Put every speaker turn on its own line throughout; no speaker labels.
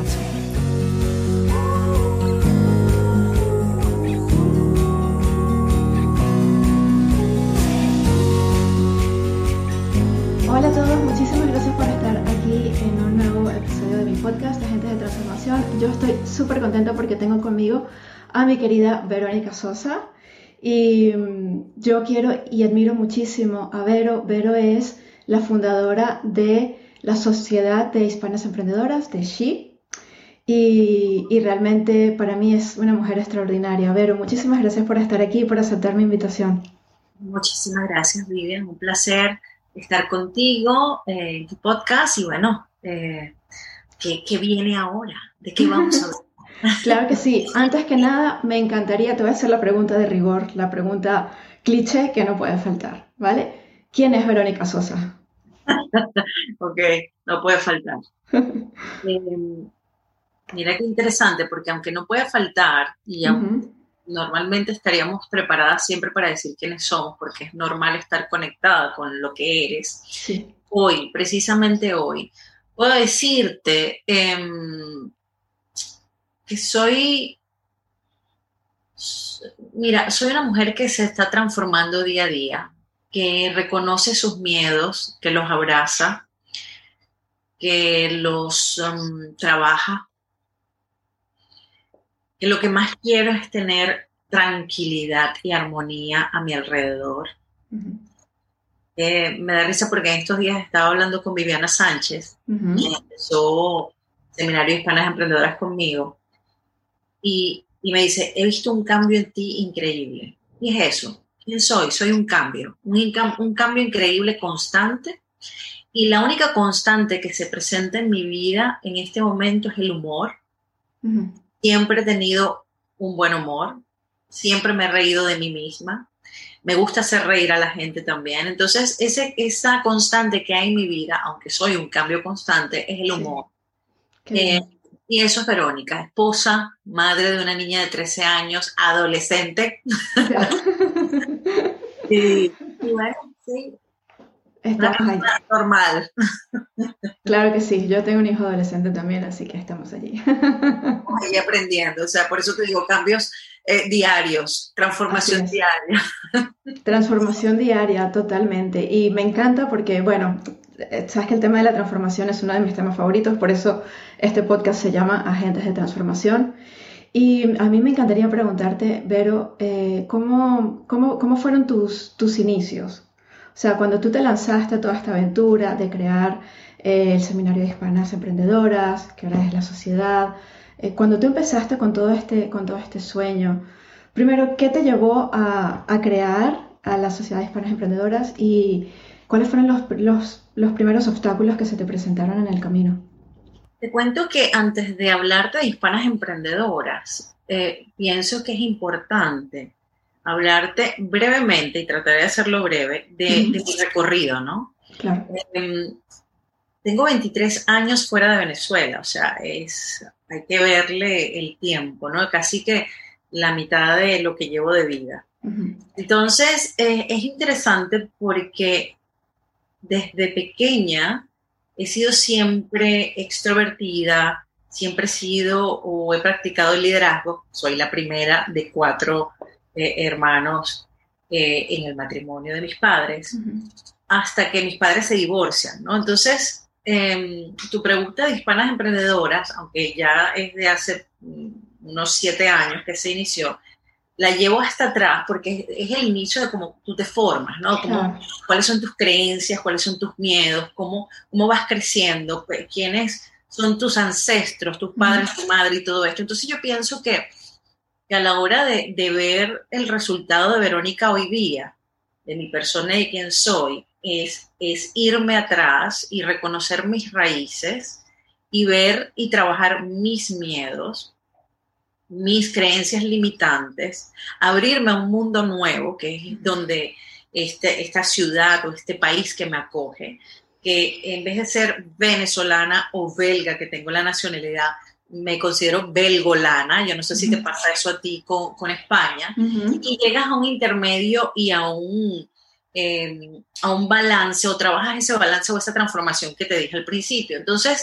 Watson. Hola a todos, muchísimas gracias por estar aquí en un nuevo episodio de mi podcast, Agentes de Transformación. Yo estoy súper contenta porque tengo conmigo a mi querida Verónica Sosa. Y yo quiero y admiro muchísimo a Vero. Vero es la fundadora de la Sociedad de Hispanas Emprendedoras, de SHE. Y realmente para mí es una mujer extraordinaria. Vero, muchísimas gracias por estar aquí y por aceptar mi invitación.
Muchísimas gracias, Vivian. Un placer estar contigo en tu podcast. Y bueno, ¿qué viene ahora? ¿De qué vamos a hablar?
Claro que sí. Antes que nada, me encantaría, te voy a hacer la pregunta de rigor, la pregunta cliché que no puede faltar, ¿vale? ¿Quién es Verónica Sosa?
Ok, no puede faltar. Mira qué interesante, porque aunque no puede faltar, y normalmente estaríamos preparadas siempre para decir quiénes somos, porque es normal estar conectada con lo que eres.
Sí.
Hoy, precisamente hoy, puedo decirte que soy una mujer que se está transformando día a día, que reconoce sus miedos, que los abraza, que los trabaja, que lo que más quiero es tener tranquilidad y armonía a mi alrededor. Me da risa porque en estos días estaba hablando con Viviana Sánchez, quien empezó Seminario de Hispanas Emprendedoras conmigo, y me dice, he visto un cambio en ti increíble. Y es eso, ¿quién soy? Soy un cambio, un cambio increíble, constante, y la única constante que se presenta en mi vida en este momento es el humor. Siempre he tenido un buen humor, siempre me he reído de mí misma, me gusta hacer reír a la gente también. Entonces, esa constante que hay en mi vida, aunque soy un cambio constante, es el humor. Y eso es Verónica, esposa, madre de una niña de 13 años, adolescente. y bueno, sí.
Estamos ahí.
Normal.
Claro que sí, yo tengo un hijo adolescente también, así que estamos allí.
Ahí aprendiendo, o sea, por eso te digo, cambios diarios, transformación diaria.
Transformación diaria, totalmente. Y me encanta porque, bueno, sabes que el tema de la transformación es uno de mis temas favoritos, por eso este podcast se llama Agentes de Transformación. Y a mí me encantaría preguntarte, Vero, ¿cómo fueron tus inicios? O sea, cuando tú te lanzaste a toda esta aventura de crear el Seminario de Hispanas Emprendedoras, que ahora es la sociedad, cuando tú empezaste con todo este sueño, primero, ¿qué te llevó a crear a la Sociedad de Hispanas Emprendedoras y cuáles fueron los primeros obstáculos que se te presentaron en el camino?
Te cuento que antes de hablarte de Hispanas Emprendedoras, pienso que es importante hablarte brevemente, y trataré de hacerlo breve, de mi recorrido, ¿no?
Claro.
Tengo 23 años fuera de Venezuela, o sea, hay que verle el tiempo, ¿no? Casi que la mitad de lo que llevo de vida. Entonces, es interesante porque desde pequeña he sido siempre extrovertida, siempre he sido o he practicado el liderazgo. Soy la primera de 4 hermanos en el matrimonio de mis padres, hasta que mis padres se divorcian, ¿no? Entonces, tu pregunta de Hispanas Emprendedoras, aunque ya es de hace unos 7 años que se inició, la llevo hasta atrás porque es el inicio de cómo tú te formas, ¿no? Cuáles son tus creencias, cuáles son tus miedos, cómo vas creciendo, quiénes son tus ancestros, tus padres, tu madre y todo esto. Entonces yo pienso que a la hora de ver el resultado de Verónica hoy día, de mi persona y de quién soy, es irme atrás y reconocer mis raíces y ver y trabajar mis miedos, mis creencias limitantes, abrirme a un mundo nuevo, que es donde esta ciudad o este país que me acoge, que en vez de ser venezolana o belga, que tengo la nacionalidad, me considero belgolana. Yo no sé si te pasa eso a ti con España. Y llegas a un intermedio y a un balance, o trabajas ese balance o esa transformación que te dije al principio. Entonces,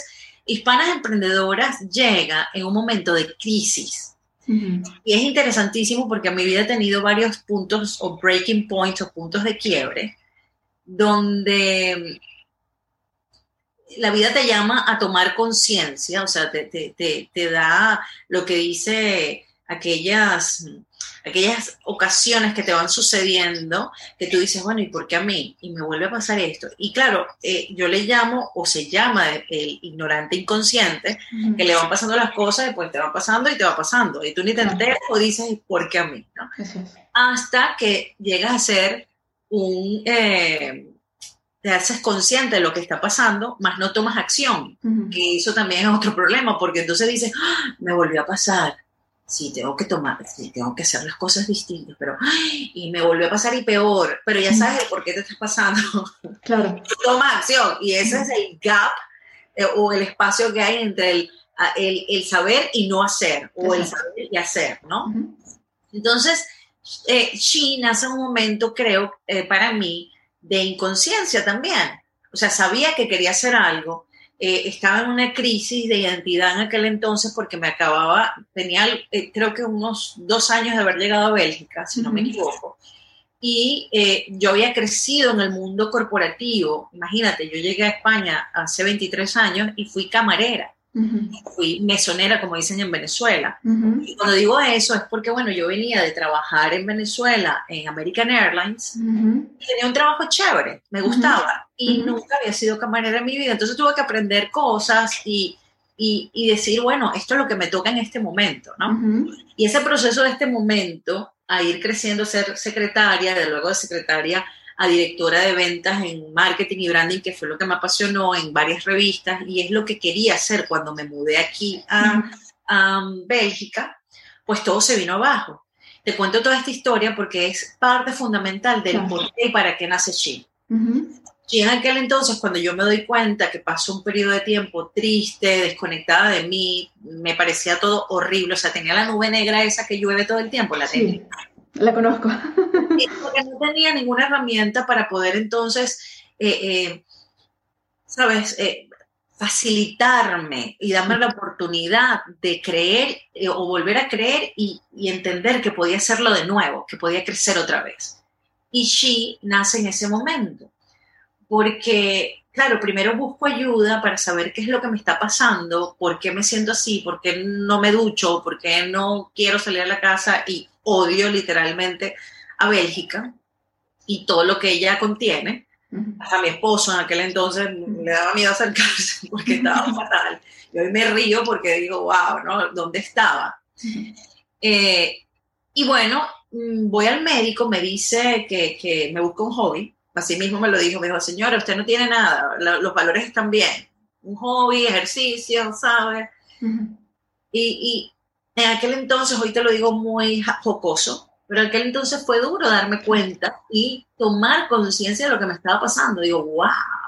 Hispanas Emprendedoras llega en un momento de crisis. Uh-huh. Y es interesantísimo porque en mi vida he tenido varios puntos o breaking points o puntos de quiebre donde la vida te llama a tomar conciencia, o sea, te da lo que dice aquellas ocasiones que te van sucediendo, que tú dices, bueno, ¿y por qué a mí? Y me vuelve a pasar esto. Y claro, yo le llamo, o se llama el ignorante inconsciente, uh-huh. que le van pasando las cosas y pues te van pasando y te va pasando. Y tú ni te enteras o dices, ¿por qué a mí? ¿No? Hasta que llegas a ser te haces consciente de lo que está pasando, más no tomas acción, uh-huh. que eso también es otro problema, porque entonces dices, ¡ah! Me volvió a pasar. Sí, tengo que hacer las cosas distintas, pero y me volvió a pasar y peor, pero ya sabes por qué te estás pasando.
Claro.
Toma acción, y ese es el gap o el espacio que hay entre el saber y no hacer, o el saber y hacer, ¿no? Uh-huh. Entonces, She nace en un momento, creo, para mí, de inconsciencia también. O sea, sabía que quería hacer algo. Estaba en una crisis de identidad en aquel entonces porque tenía creo que unos 2 años de haber llegado a Bélgica, si no me equivoco, y yo había crecido en el mundo corporativo. Imagínate, yo llegué a España hace 23 años y fui camarera, fui mesonera, como dicen en Venezuela. Y cuando digo eso es porque, bueno, yo venía de trabajar en Venezuela, en American Airlines, y tenía un trabajo chévere, me gustaba, y nunca había sido camarera en mi vida, entonces tuve que aprender cosas y decir, bueno, esto es lo que me toca en este momento, ¿no? Y ese proceso de este momento, a ir creciendo, ser secretaria, de luego de secretaria a directora de ventas en marketing y branding, que fue lo que me apasionó en varias revistas, y es lo que quería hacer cuando me mudé aquí a Bélgica, pues todo se vino abajo. Te cuento toda esta historia porque es parte fundamental del por qué y para qué nace She. Y en aquel entonces, cuando yo me doy cuenta que pasó un periodo de tiempo triste, desconectada de mí, me parecía todo horrible, o sea, tenía la nube negra esa que llueve todo el tiempo, la tenía.
La conozco.
Porque no tenía ninguna herramienta para poder entonces, facilitarme y darme la oportunidad de creer o volver a creer y entender que podía hacerlo de nuevo, que podía crecer otra vez. Y She nace en ese momento. Porque, claro, primero busco ayuda para saber qué es lo que me está pasando, por qué me siento así, por qué no me ducho, por qué no quiero salir a la casa y odio literalmente a Bélgica y todo lo que ella contiene. Hasta mi esposo en aquel entonces le daba miedo acercarse porque estaba fatal. Y hoy me río porque digo, wow, ¿no? ¿Dónde estaba? Y bueno, voy al médico, me dice que me busca un hobby. Así mismo me lo dijo, señora, usted no tiene nada, los valores están bien. Un hobby, ejercicio, ¿sabes? Y en aquel entonces, hoy te lo digo muy jocoso, pero en aquel entonces fue duro darme cuenta y tomar conciencia de lo que me estaba pasando. Digo, wow,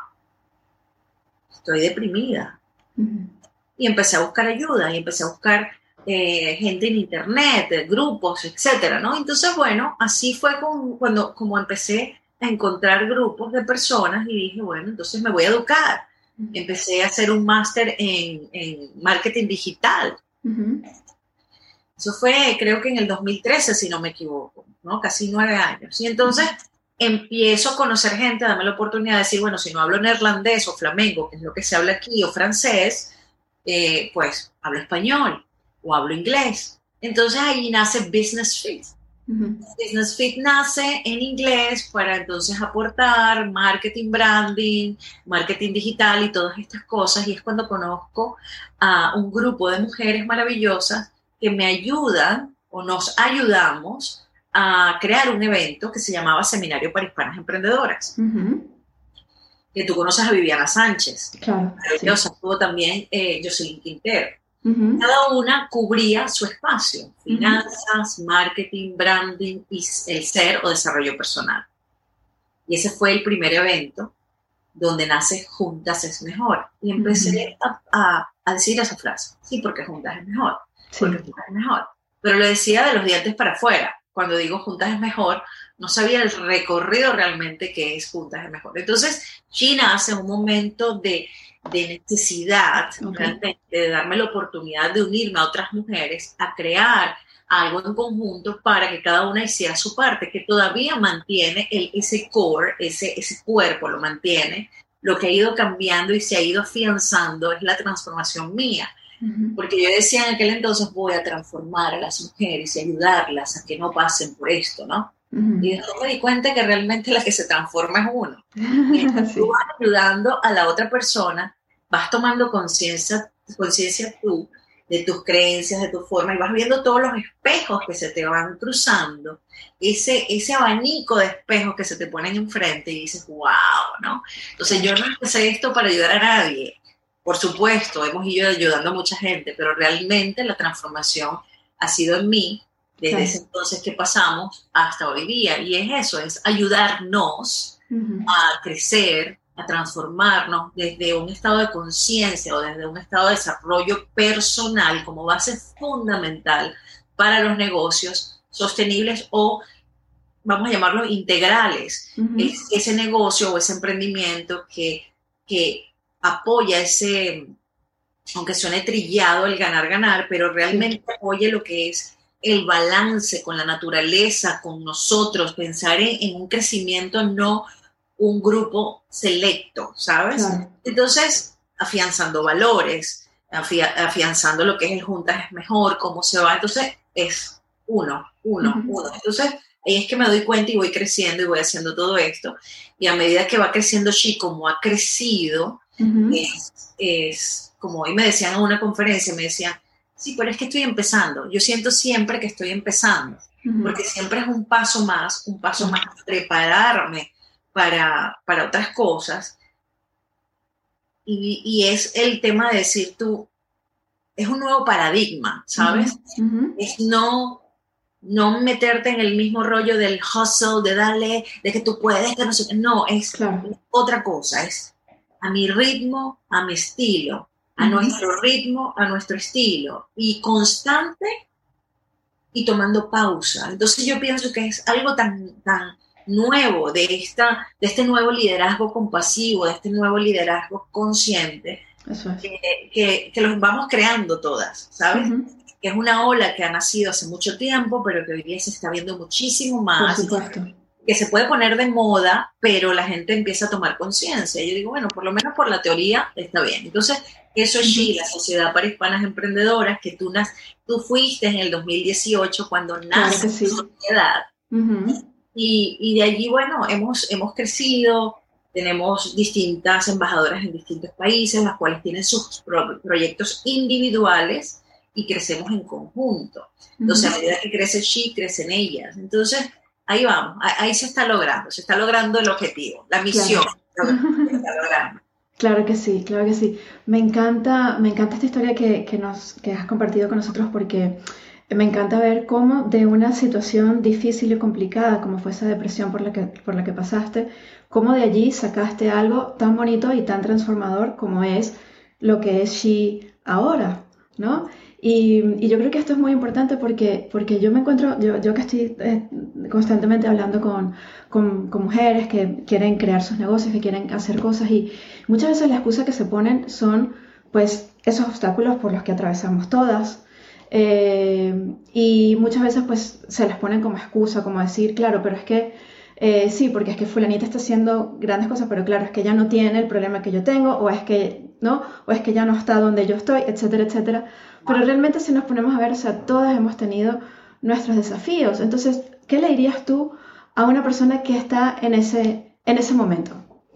estoy deprimida. Y empecé a buscar ayuda y empecé a buscar gente en internet, grupos, etcétera, ¿no? Entonces, bueno, así fue como empecé a encontrar grupos de personas y dije, bueno, entonces me voy a educar. Empecé a hacer un máster en marketing digital. Eso fue, creo que en el 2013, si no me equivoco, ¿no? Casi 9 años. Y entonces empiezo a conocer gente, a darme la oportunidad de decir, bueno, si no hablo neerlandés o flamenco, que es lo que se habla aquí, o francés, pues hablo español o hablo inglés. Entonces ahí nace Business Fit. Business Fit nace en inglés para entonces aportar marketing, branding, marketing digital y todas estas cosas, y es cuando conozco a un grupo de mujeres maravillosas que me ayudan o nos ayudamos a crear un evento que se llamaba Seminario para Hispanas Emprendedoras. Que tú conoces a Viviana Sánchez,
claro,
maravillosa, estuvo también Jocelyn Quintero. Cada una cubría su espacio, finanzas, marketing, branding y el ser o desarrollo personal. Y ese fue el primer evento donde nace Juntas es Mejor. Y empecé a decir esa frase, sí, porque Juntas es mejor, porque Juntas es mejor. Pero lo decía de los dientes para afuera. Cuando digo Juntas es Mejor, no sabía el recorrido realmente que es Juntas es Mejor. Entonces, She nace en un momento de de necesidad, realmente, de darme la oportunidad de unirme a otras mujeres, a crear algo en conjunto para que cada una hiciera su parte, que todavía mantiene ese core, ese cuerpo lo mantiene. Lo que ha ido cambiando y se ha ido afianzando es la transformación mía. Porque yo decía en aquel entonces, voy a transformar a las mujeres y ayudarlas a que no pasen por esto, ¿no? Y después me di cuenta que realmente la que se transforma es uno. Y tú vas ayudando a la otra persona, vas tomando conciencia tú de tus creencias, de tu forma, y vas viendo todos los espejos que se te van cruzando, ese abanico de espejos que se te ponen enfrente y dices, wow, ¿no? Entonces yo no empecé esto para ayudar a nadie. Por supuesto, hemos ido ayudando a mucha gente, pero realmente la transformación ha sido en mí desde ese entonces que pasamos hasta hoy día. Y es eso, es ayudarnos a crecer, a transformarnos desde un estado de conciencia o desde un estado de desarrollo personal como base fundamental para los negocios sostenibles o, vamos a llamarlo, integrales. Es ese negocio o ese emprendimiento que apoya ese, aunque suene trillado el ganar, pero realmente apoya lo que es el balance con la naturaleza, con nosotros, pensar en un crecimiento, no un grupo selecto, ¿sabes? Claro. Entonces, afianzando valores, afianzando lo que es el juntas es mejor, cómo se va, entonces es uno. Entonces, ahí es que me doy cuenta y voy creciendo y voy haciendo todo esto, y a medida que va creciendo She, como ha crecido, es como hoy me decían en una conferencia, me decían, sí, pero es que estoy empezando. Yo siento siempre que estoy empezando, porque siempre es un paso más prepararme para otras cosas. Y es el tema de decir tú, es un nuevo paradigma, ¿sabes? Es no meterte en el mismo rollo del hustle, de darle, de que tú puedes, que no sé qué. No, es otra cosa, es a mi ritmo, a mi estilo, a nuestro ritmo, a nuestro estilo, y constante y tomando pausa. Entonces yo pienso que es algo tan nuevo de este nuevo liderazgo compasivo, de este nuevo liderazgo consciente, que los vamos creando todas, ¿sabes? Que es una ola que ha nacido hace mucho tiempo, pero que hoy día se está viendo muchísimo más.
Por supuesto.
Que se puede poner de moda, pero la gente empieza a tomar conciencia. Yo digo, bueno, por lo menos por la teoría está bien. Entonces, eso es She, la Sociedad para Hispanas Emprendedoras, que tú fuiste en el 2018 cuando nace la sociedad. Y de allí, bueno, hemos crecido, tenemos distintas embajadoras en distintos países, las cuales tienen sus proyectos individuales y crecemos en conjunto. Entonces, a medida que crece She, crecen ellas. Entonces, ahí vamos, ahí se está logrando el objetivo, la misión. Claro. Se está logrando.
Claro que sí, claro que sí. Me encanta esta historia que has compartido con nosotros, porque me encanta ver cómo de una situación difícil y complicada como fue esa depresión por la que pasaste, cómo de allí sacaste algo tan bonito y tan transformador como es lo que es She ahora, ¿no? Y yo creo que esto es muy importante porque yo me encuentro, yo que estoy constantemente hablando con mujeres que quieren crear sus negocios, que quieren hacer cosas, y muchas veces la excusa que se ponen son pues esos obstáculos por los que atravesamos todas, y muchas veces pues se les ponen como excusa, como decir, claro, pero es que sí, porque es que fulanita está haciendo grandes cosas, pero claro, es que ella no tiene el problema que yo tengo, o es que ya no está donde yo estoy, etcétera, etcétera. Pero realmente si nos ponemos a ver, o sea, todas hemos tenido nuestros desafíos. Entonces, ¿qué le dirías tú a una persona que está en ese momento?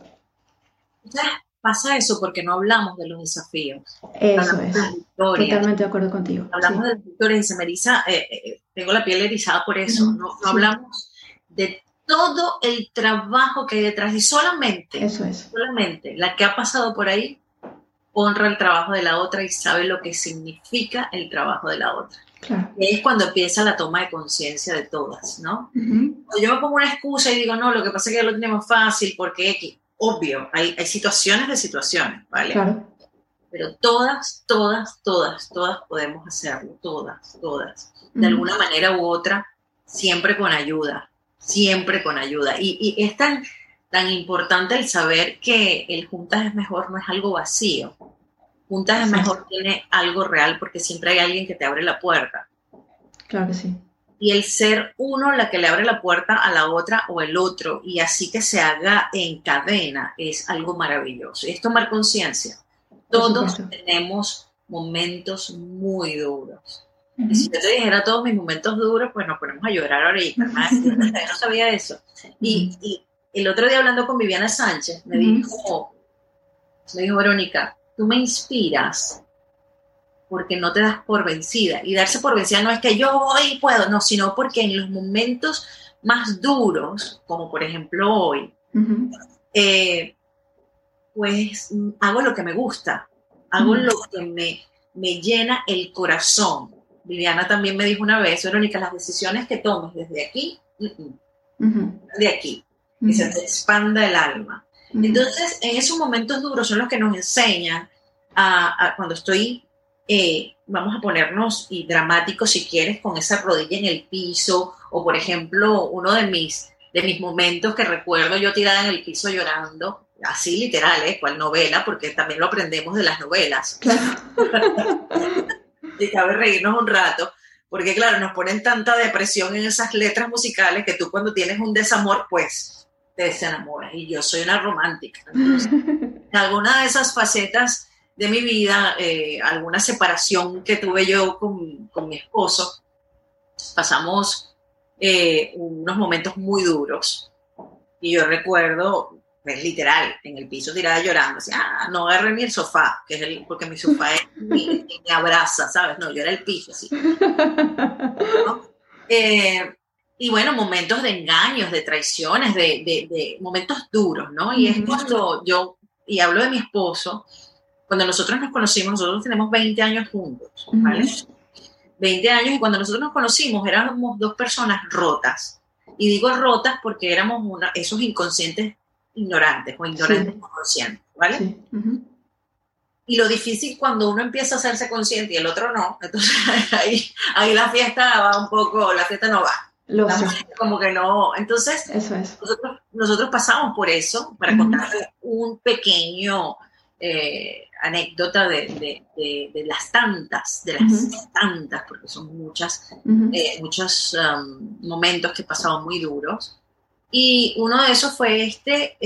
Pasa eso porque no hablamos de los desafíos.
Eso es. Totalmente de acuerdo contigo.
Hablamos de las victorias y se me eriza, tengo la piel erizada por eso. No hablamos de todo el trabajo que hay detrás, y solamente la que ha pasado por ahí honra el trabajo de la otra y sabe lo que significa el trabajo de la otra.
Claro.
Y es cuando empieza la toma de conciencia de todas, ¿no? Yo me pongo una excusa y digo, no, lo que pasa es que ya lo tenemos fácil porque obvio, hay situaciones de situaciones, ¿vale? Claro. Pero todas podemos hacerlo, todas, de alguna manera u otra, siempre con ayuda. Y es tan tan importante el saber que el juntas es mejor no es algo vacío. Juntas es mejor tiene algo real porque siempre hay alguien que te abre la puerta.
Claro que sí.
Y el ser uno la que le abre la puerta a la otra o el otro, y así que se haga en cadena, es algo maravilloso. Y es tomar conciencia. Todos tenemos momentos muy duros. Y si yo te dijera todos mis momentos duros, pues nos ponemos a llorar ahorita. Yo no sabía eso. Y el otro día hablando con Viviana Sánchez, me dijo, Verónica, tú me inspiras porque no te das por vencida. Y darse por vencida no es que yo voy y puedo, no, sino porque en los momentos más duros, como por ejemplo hoy, pues hago lo que me gusta, hago lo que me llena el corazón. Viviana también me dijo una vez, Verónica, las decisiones que tomes desde aquí, de aquí, que se te expanda el alma. Entonces, en esos momentos duros son los que nos enseñan cuando estoy, vamos a ponernos y dramáticos si quieres, con esa rodilla en el piso, o por ejemplo, uno de mis momentos que recuerdo yo tirada en el piso llorando, así literal, cual novela, porque también lo aprendemos de las novelas. Claro. Y cabe reírnos un rato, porque claro, nos ponen tanta depresión en esas letras musicales que tú cuando tienes un desamor, pues te desenamoras. Y yo soy una romántica. Entonces, en alguna de esas facetas de mi vida, alguna separación que tuve yo con mi esposo, pasamos unos momentos muy duros. Y yo recuerdo, pues literal, en el piso tirada llorando, así, no agarré ni el sofá, porque mi sofá me abraza, ¿sabes? No, yo era el piso, así. ¿No? Y bueno, momentos de engaños, de traiciones, de momentos duros, ¿no? Y es cuando y hablo de mi esposo, cuando nosotros nos conocimos, nosotros tenemos 20 años juntos, ¿vale? 20 años, y cuando nosotros nos conocimos éramos dos personas rotas. Y digo rotas porque éramos esos inconscientes ignorantes o ignorantes conscientes, ¿vale? Sí. Y lo difícil cuando uno empieza a hacerse consciente y el otro no, entonces ahí la fiesta va un poco, la fiesta no va. Como que no. Entonces,
eso es.
Nosotros pasamos por eso, para contarles un pequeño anécdota de las tantas, porque son muchos momentos que he pasado muy duros. Y uno de esos fue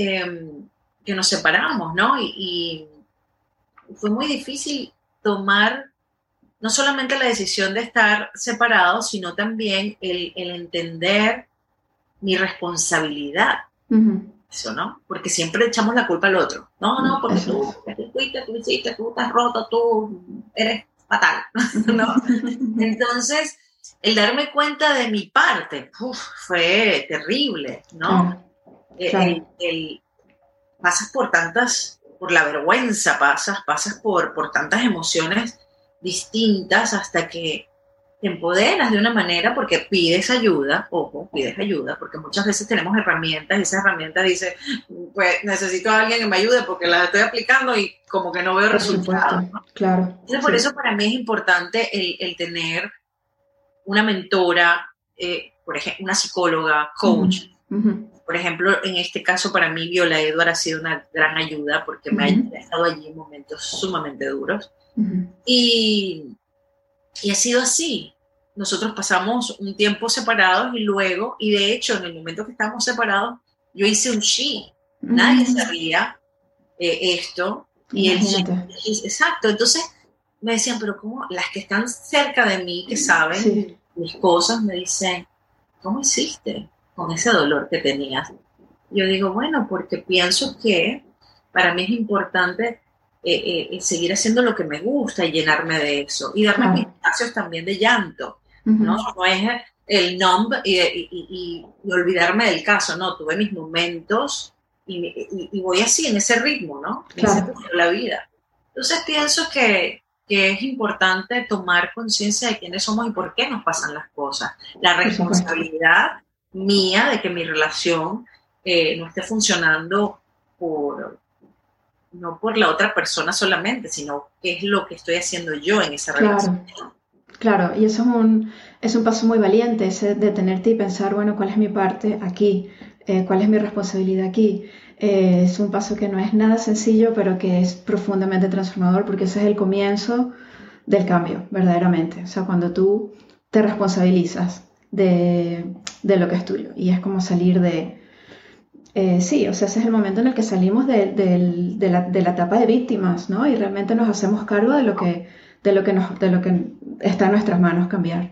que nos separamos, ¿no? Y fue muy difícil tomar no solamente la decisión de estar separados, sino también el entender mi responsabilidad. Eso, ¿no? Porque siempre echamos la culpa al otro. No, porque tú fuiste, tú hiciste, tú estás roto, tú eres fatal, ¿no? Entonces, el darme cuenta de mi parte, fue terrible, ¿no? Claro. Pasas por la vergüenza, pasas por tantas emociones distintas hasta que te empoderas de una manera porque pides ayuda, porque muchas veces tenemos herramientas y esa herramienta dice, pues necesito a alguien que me ayude porque la estoy aplicando y como que no veo resultados, ¿no?
Claro.
Entonces, por eso para mí es importante el tener una mentora, por ejemplo, una psicóloga, coach. Por ejemplo, en este caso para mí Viola Edward ha sido una gran ayuda porque me ha estado allí en momentos sumamente duros. Y ha sido así. Nosotros pasamos un tiempo separados y de hecho, en el momento que estábamos separados, yo hice un she. Nadie sabía esto. Y el she, exacto. Entonces me decían, pero ¿cómo? Las que están cerca de mí, que saben mis cosas, me dicen, ¿cómo hiciste con ese dolor que tenías? Yo digo, bueno, porque pienso que para mí es importante seguir haciendo lo que me gusta y llenarme de eso y darme mis espacios también de llanto, ¿no? No es el numb y olvidarme del caso, no, tuve mis momentos y voy así en ese ritmo, ¿no? Claro. En la vida. Entonces pienso que es importante tomar conciencia de quiénes somos y por qué nos pasan las cosas. La responsabilidad mía de que mi relación no esté funcionando no por la otra persona solamente, sino qué es lo que estoy haciendo yo en esa relación.
Claro, y eso es un paso muy valiente, ese detenerte y pensar, bueno, ¿cuál es mi parte aquí? ¿Cuál es mi responsabilidad aquí? Es un paso que no es nada sencillo, pero que es profundamente transformador porque ese es el comienzo del cambio, verdaderamente. O sea, cuando tú te responsabilizas de lo que es tuyo y es como salir de... sí, o sea, ese es el momento en el que salimos de la etapa de víctimas, ¿no? Y realmente nos hacemos cargo de lo que está en nuestras manos cambiar.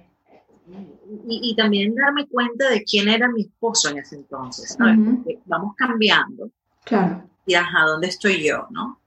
Y también darme cuenta de quién era mi esposo en ese entonces, ¿sabes?
Uh-huh.
Porque vamos cambiando.
Claro.
Y ajá, ¿dónde estoy yo, no?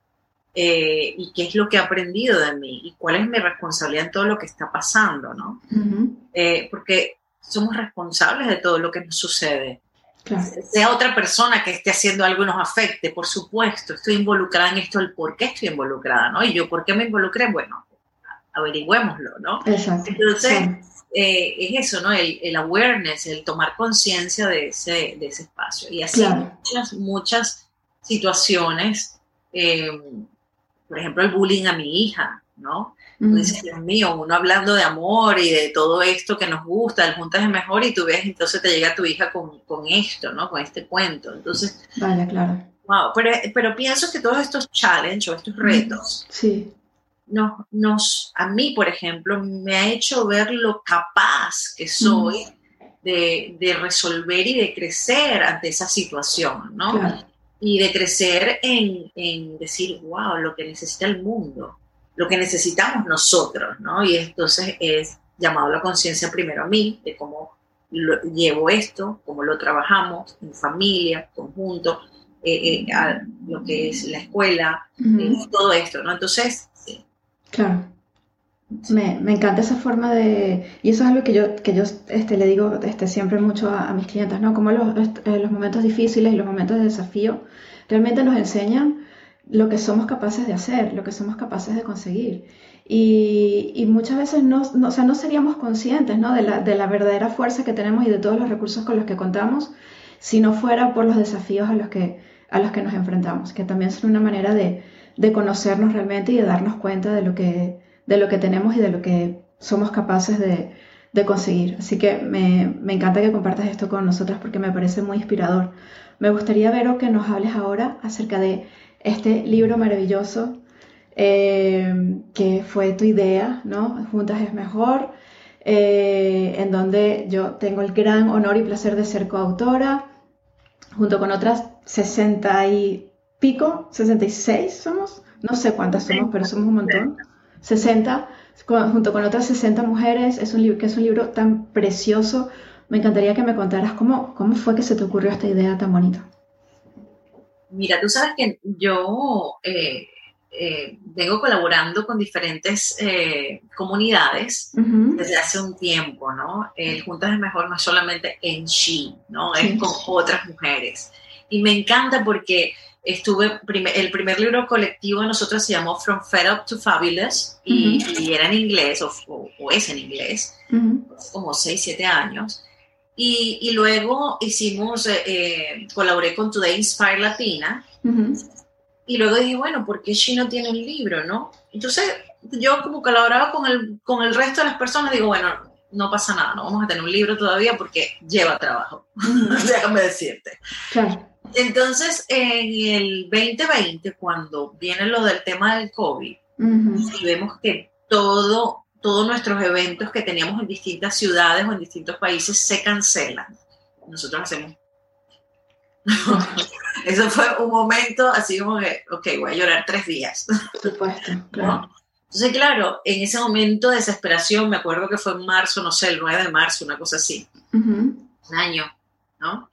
Y qué es lo que he aprendido de mí y cuál es mi responsabilidad en todo lo que está pasando, ¿no?
Uh-huh.
Porque somos responsables de todo lo que nos sucede.
Claro.
Sea otra persona que esté haciendo algo y nos afecte, por supuesto, estoy involucrada en esto, el por qué estoy involucrada, ¿no? Y yo, ¿por qué me involucré? Bueno, averigüémoslo, ¿no?
Exacto.
Entonces,
Claro.
es eso, ¿no? El awareness, el tomar conciencia de ese espacio. Y así
Claro.
muchas situaciones, por ejemplo, el bullying a mi hija, ¿no? Tú dices, Dios mío, uno hablando de amor y de todo esto que nos gusta, el juntas es mejor, y tú ves, entonces te llega tu hija con esto, ¿no? Con este cuento. Entonces,
Vale, claro.
wow, pero pienso que todos estos challenges o estos retos,
sí,
a mí, por ejemplo, me ha hecho ver lo capaz que soy de resolver y de crecer ante esa situación, ¿no?
claro.
Y de crecer en decir, wow, lo que necesita el mundo, lo que necesitamos nosotros, ¿no? Y entonces es llamado a la conciencia primero a mí, de cómo llevo esto, cómo lo trabajamos en familia, conjunto, a lo que es la escuela, todo esto, ¿no? Entonces, sí.
Claro. Me encanta esa forma de... Y eso es algo que yo le digo siempre mucho a mis clientes, ¿no? Como los momentos difíciles y los momentos de desafío realmente nos enseñan lo que somos capaces de hacer, lo que somos capaces de conseguir. Y muchas veces o sea, no seríamos conscientes, ¿no? de la verdadera fuerza que tenemos y de todos los recursos con los que contamos si no fuera por los desafíos a los que nos enfrentamos, que también son una manera de conocernos realmente y de darnos cuenta de lo que tenemos y de lo que somos capaces de conseguir. Así que me encanta que compartas esto con nosotras porque me parece muy inspirador. Me gustaría, Vero, que nos hables ahora acerca de este libro maravilloso que fue tu idea, ¿no? Juntas es mejor, en donde yo tengo el gran honor y placer de ser coautora, junto con otras 60 y pico, 66 somos, no sé cuántas somos, pero somos un montón. 60, junto con otras 60 mujeres, es un libro tan precioso. Me encantaría que me contaras cómo fue que se te ocurrió esta idea tan bonita.
Mira, tú sabes que yo vengo colaborando con diferentes comunidades desde hace un tiempo, ¿no? El Juntas es Mejor no es solamente en She, ¿no? Es con otras mujeres. Y me encanta porque el primer libro colectivo de nosotros se llamó From Fed Up to Fabulous y era en inglés, o es en inglés, hace como 6, 7 años. Y luego colaboré con Today Inspire Latina. Y luego dije, bueno, ¿por qué She no tiene un libro, no? Entonces, yo como colaboraba con el resto de las personas, digo, bueno, no pasa nada, no vamos a tener un libro todavía porque lleva trabajo, déjame decirte.
Claro.
Entonces, en el 2020, cuando viene lo del tema del COVID, y vemos que todos nuestros eventos que teníamos en distintas ciudades o en distintos países se cancelan. Nosotros hacemos... Eso fue un momento así como que, ok, voy a llorar 3 días.
Por supuesto, claro.
¿No? Entonces, claro, en ese momento de desesperación, me acuerdo que fue en marzo, no sé, el 9 de marzo, una cosa así. Un año, ¿no?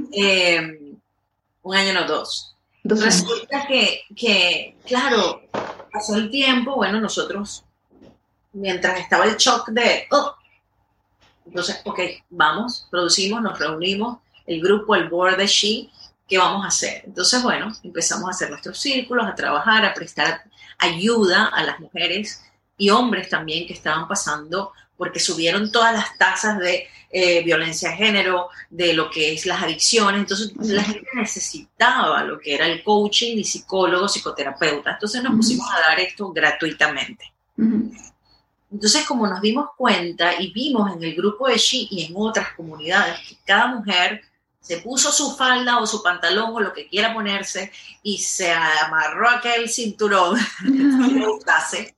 Un año, no, 2. Resulta que, claro, pasó el tiempo, bueno, nosotros, mientras estaba el shock de, entonces, ok, vamos, producimos, nos reunimos, el grupo, el board de She, ¿qué vamos a hacer? Entonces, bueno, empezamos a hacer nuestros círculos, a trabajar, a prestar ayuda a las mujeres y hombres también que estaban pasando, porque subieron todas las tasas de violencia de género, de lo que es las adicciones. Entonces, la gente necesitaba lo que era el coaching y psicólogos, psicoterapeutas. Entonces, nos pusimos a dar esto gratuitamente. Entonces, como nos dimos cuenta y vimos en el grupo de She y en otras comunidades que cada mujer se puso su falda o su pantalón o lo que quiera ponerse y se amarró aquel cinturón que le gustase,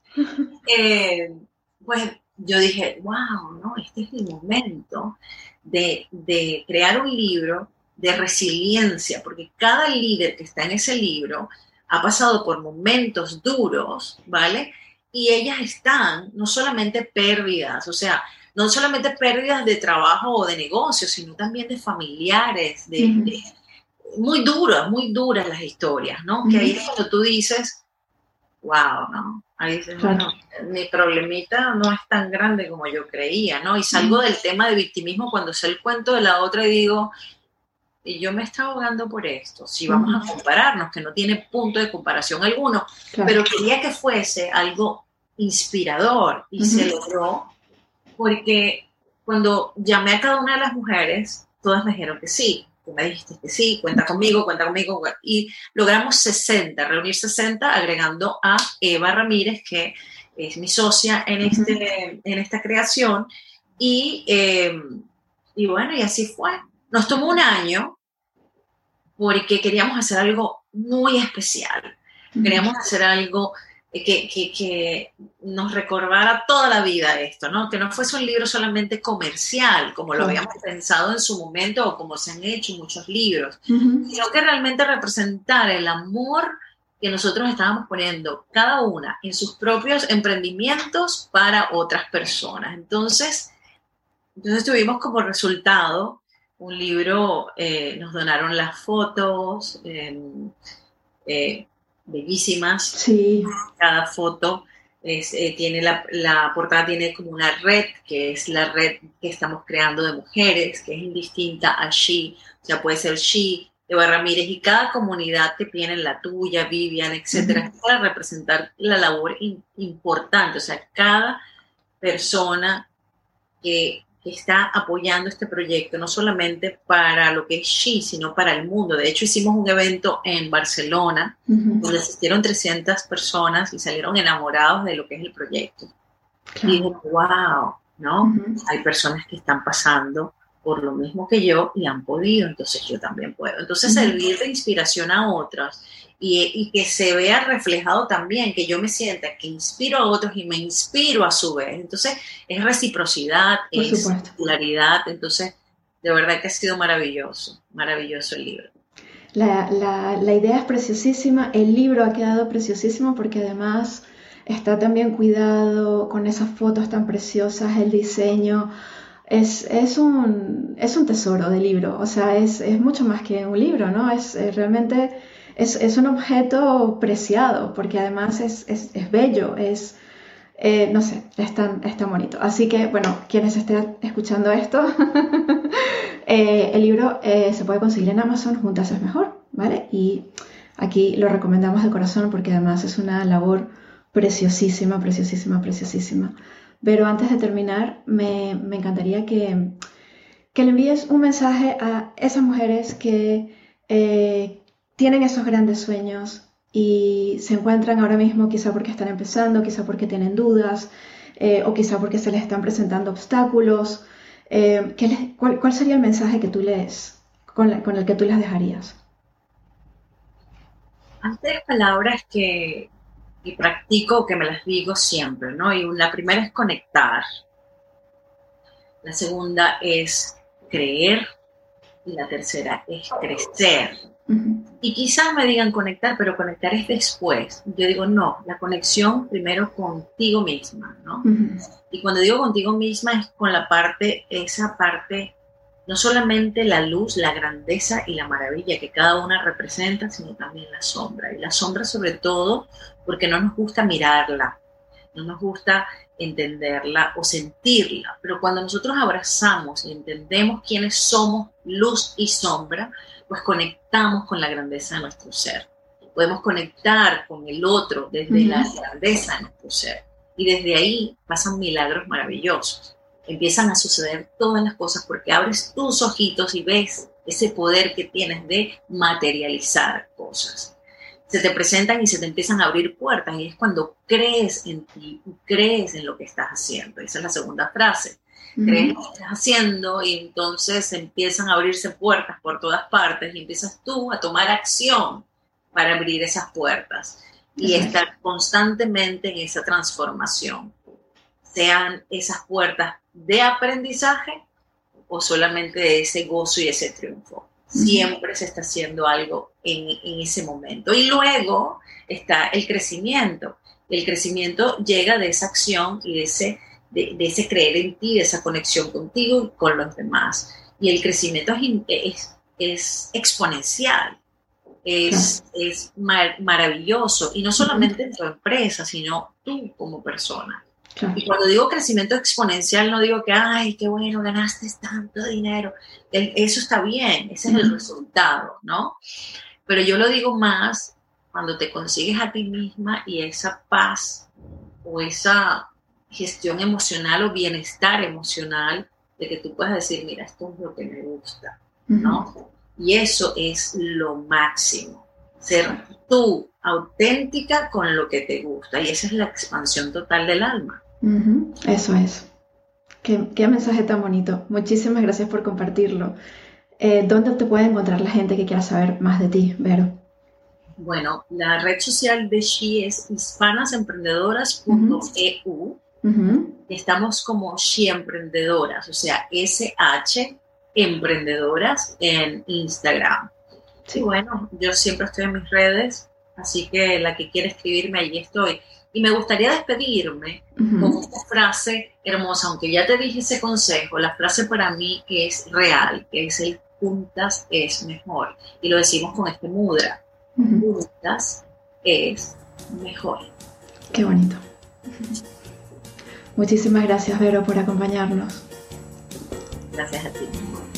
pues yo dije, wow, ¿no? Este es el momento de crear un libro de resiliencia, porque cada líder que está en ese libro ha pasado por momentos duros, ¿vale? Y ellas están, no solamente pérdidas, o sea, no solamente pérdidas de trabajo o de negocio, sino también de familiares, muy duras las historias, ¿no? Que ahí es cuando tú dices, wow, ¿no? Ahí dices, bueno, mi problemita no es tan grande como yo creía, ¿no? Y salgo del tema de victimismo cuando sé el cuento de la otra y digo, y yo me estaba ahogando por esto, si vamos a compararnos, que no tiene punto de comparación alguno, pero quería que fuese algo inspirador y se logró porque cuando llamé a cada una de las mujeres, todas me dijeron que sí. Tú me dijiste que sí, cuenta conmigo, y logramos 60, reunir 60, agregando a Eva Ramírez, que es mi socia en esta creación, y bueno, y así fue. Nos tomó un año porque queríamos hacer algo muy especial, queríamos hacer algo que nos recordara toda la vida esto, ¿no? Que no fuese un libro solamente comercial, como lo habíamos pensado en su momento o como se han hecho muchos libros, sino que realmente representara el amor que nosotros estábamos poniendo cada una en sus propios emprendimientos para otras personas. Entonces tuvimos como resultado un libro, nos donaron las fotos, bellísimas.
Sí.
Cada foto tiene la portada tiene como una red, que es la red que estamos creando de mujeres, que es indistinta a She, o sea, puede ser She, Eva Ramírez, y cada comunidad que tiene la tuya, Vivian, etcétera, para representar la labor importante, o sea, cada persona que está apoyando este proyecto, no solamente para lo que es She, sino para el mundo. De hecho, hicimos un evento en Barcelona, donde asistieron 300 personas y salieron enamorados de lo que es el proyecto. Y digo, wow, ¿no? Hay personas que están pasando por lo mismo que yo y han podido, entonces yo también puedo. Entonces, servir de inspiración a otras y que se vea reflejado también, que yo me sienta que inspiro a otros y me inspiro a su vez. Entonces, es reciprocidad, es popularidad. Entonces, de verdad que ha sido maravilloso el libro.
La idea es preciosísima, el libro ha quedado preciosísimo porque además está tan bien cuidado, con esas fotos tan preciosas, el diseño. Es un tesoro de libro, o sea, es mucho más que un libro, ¿no? Realmente es un objeto preciado, porque además es bello, no sé, es tan bonito. Así que, bueno, quienes estén escuchando esto, el libro se puede conseguir en Amazon, Juntas es Mejor, ¿vale? Y aquí lo recomendamos de corazón porque además es una labor preciosísima, preciosísima, preciosísima. Pero antes de terminar, me encantaría que le envíes un mensaje a esas mujeres que tienen esos grandes sueños y se encuentran ahora mismo quizá porque están empezando, quizá porque tienen dudas o quizá porque se les están presentando obstáculos. ¿Cuál sería el mensaje que tú con el que tú les dejarías?
Hay tres palabras que practico, que me las digo siempre, ¿no? Y la primera es conectar, la segunda es creer y la tercera es crecer. Y quizás me digan conectar, pero conectar es después. Yo digo, no, la conexión primero contigo misma, ¿no? Y cuando digo contigo misma es con esa parte, no solamente la luz, la grandeza y la maravilla que cada una representa, sino también la sombra. Y la sombra sobre todo porque no nos gusta mirarla, no nos gusta entenderla o sentirla. Pero cuando nosotros abrazamos y entendemos quiénes somos, luz y sombra, pues conectamos con la grandeza de nuestro ser. Podemos conectar con el otro desde la grandeza de nuestro ser. Y desde ahí pasan milagros maravillosos. Empiezan a suceder todas las cosas porque abres tus ojitos y ves ese poder que tienes de materializar cosas. Se te presentan y se te empiezan a abrir puertas y es cuando crees en ti y crees en lo que estás haciendo. Esa es la segunda frase. crees lo que estás haciendo y entonces empiezan a abrirse puertas por todas partes y empiezas tú a tomar acción para abrir esas puertas y estar constantemente en esa transformación. Sean esas puertas de aprendizaje o solamente de ese gozo y ese triunfo. Siempre se está haciendo algo en ese momento. Y luego está el crecimiento. El crecimiento llega de esa acción y de ese creer en ti, de esa conexión contigo y con los demás. Y el crecimiento es exponencial, es maravilloso. Y no solamente en tu empresa, sino tú como persona. Claro. Y cuando digo crecimiento exponencial, no digo que, ay, qué bueno, ganaste tanto dinero. Eso está bien, ese es el resultado, ¿no? Pero yo lo digo más cuando te consigues a ti misma y esa paz o esa gestión emocional o bienestar emocional de que tú puedas decir, mira, esto es lo que me gusta, ¿no? Y eso es lo máximo, ser tú auténtica con lo que te gusta, y esa es la expansión total del alma.
Eso es. Qué mensaje tan bonito. Muchísimas gracias por compartirlo. ¿Dónde te puede encontrar la gente que quiera saber más de ti, Vero?
Bueno, la red social de She es hispanasemprendedoras.eu. Estamos como She Emprendedoras, o sea, SH Emprendedoras en Instagram. Sí. Y bueno, yo siempre estoy en mis redes, así que la que quiera escribirme, allí estoy. Y me gustaría despedirme con esta frase hermosa, aunque ya te dije ese consejo, la frase para mí que es real, que es el juntas es mejor. Y lo decimos con este mudra, juntas es mejor.
Qué bonito. Muchísimas gracias, Vero, por acompañarnos.
Gracias a ti.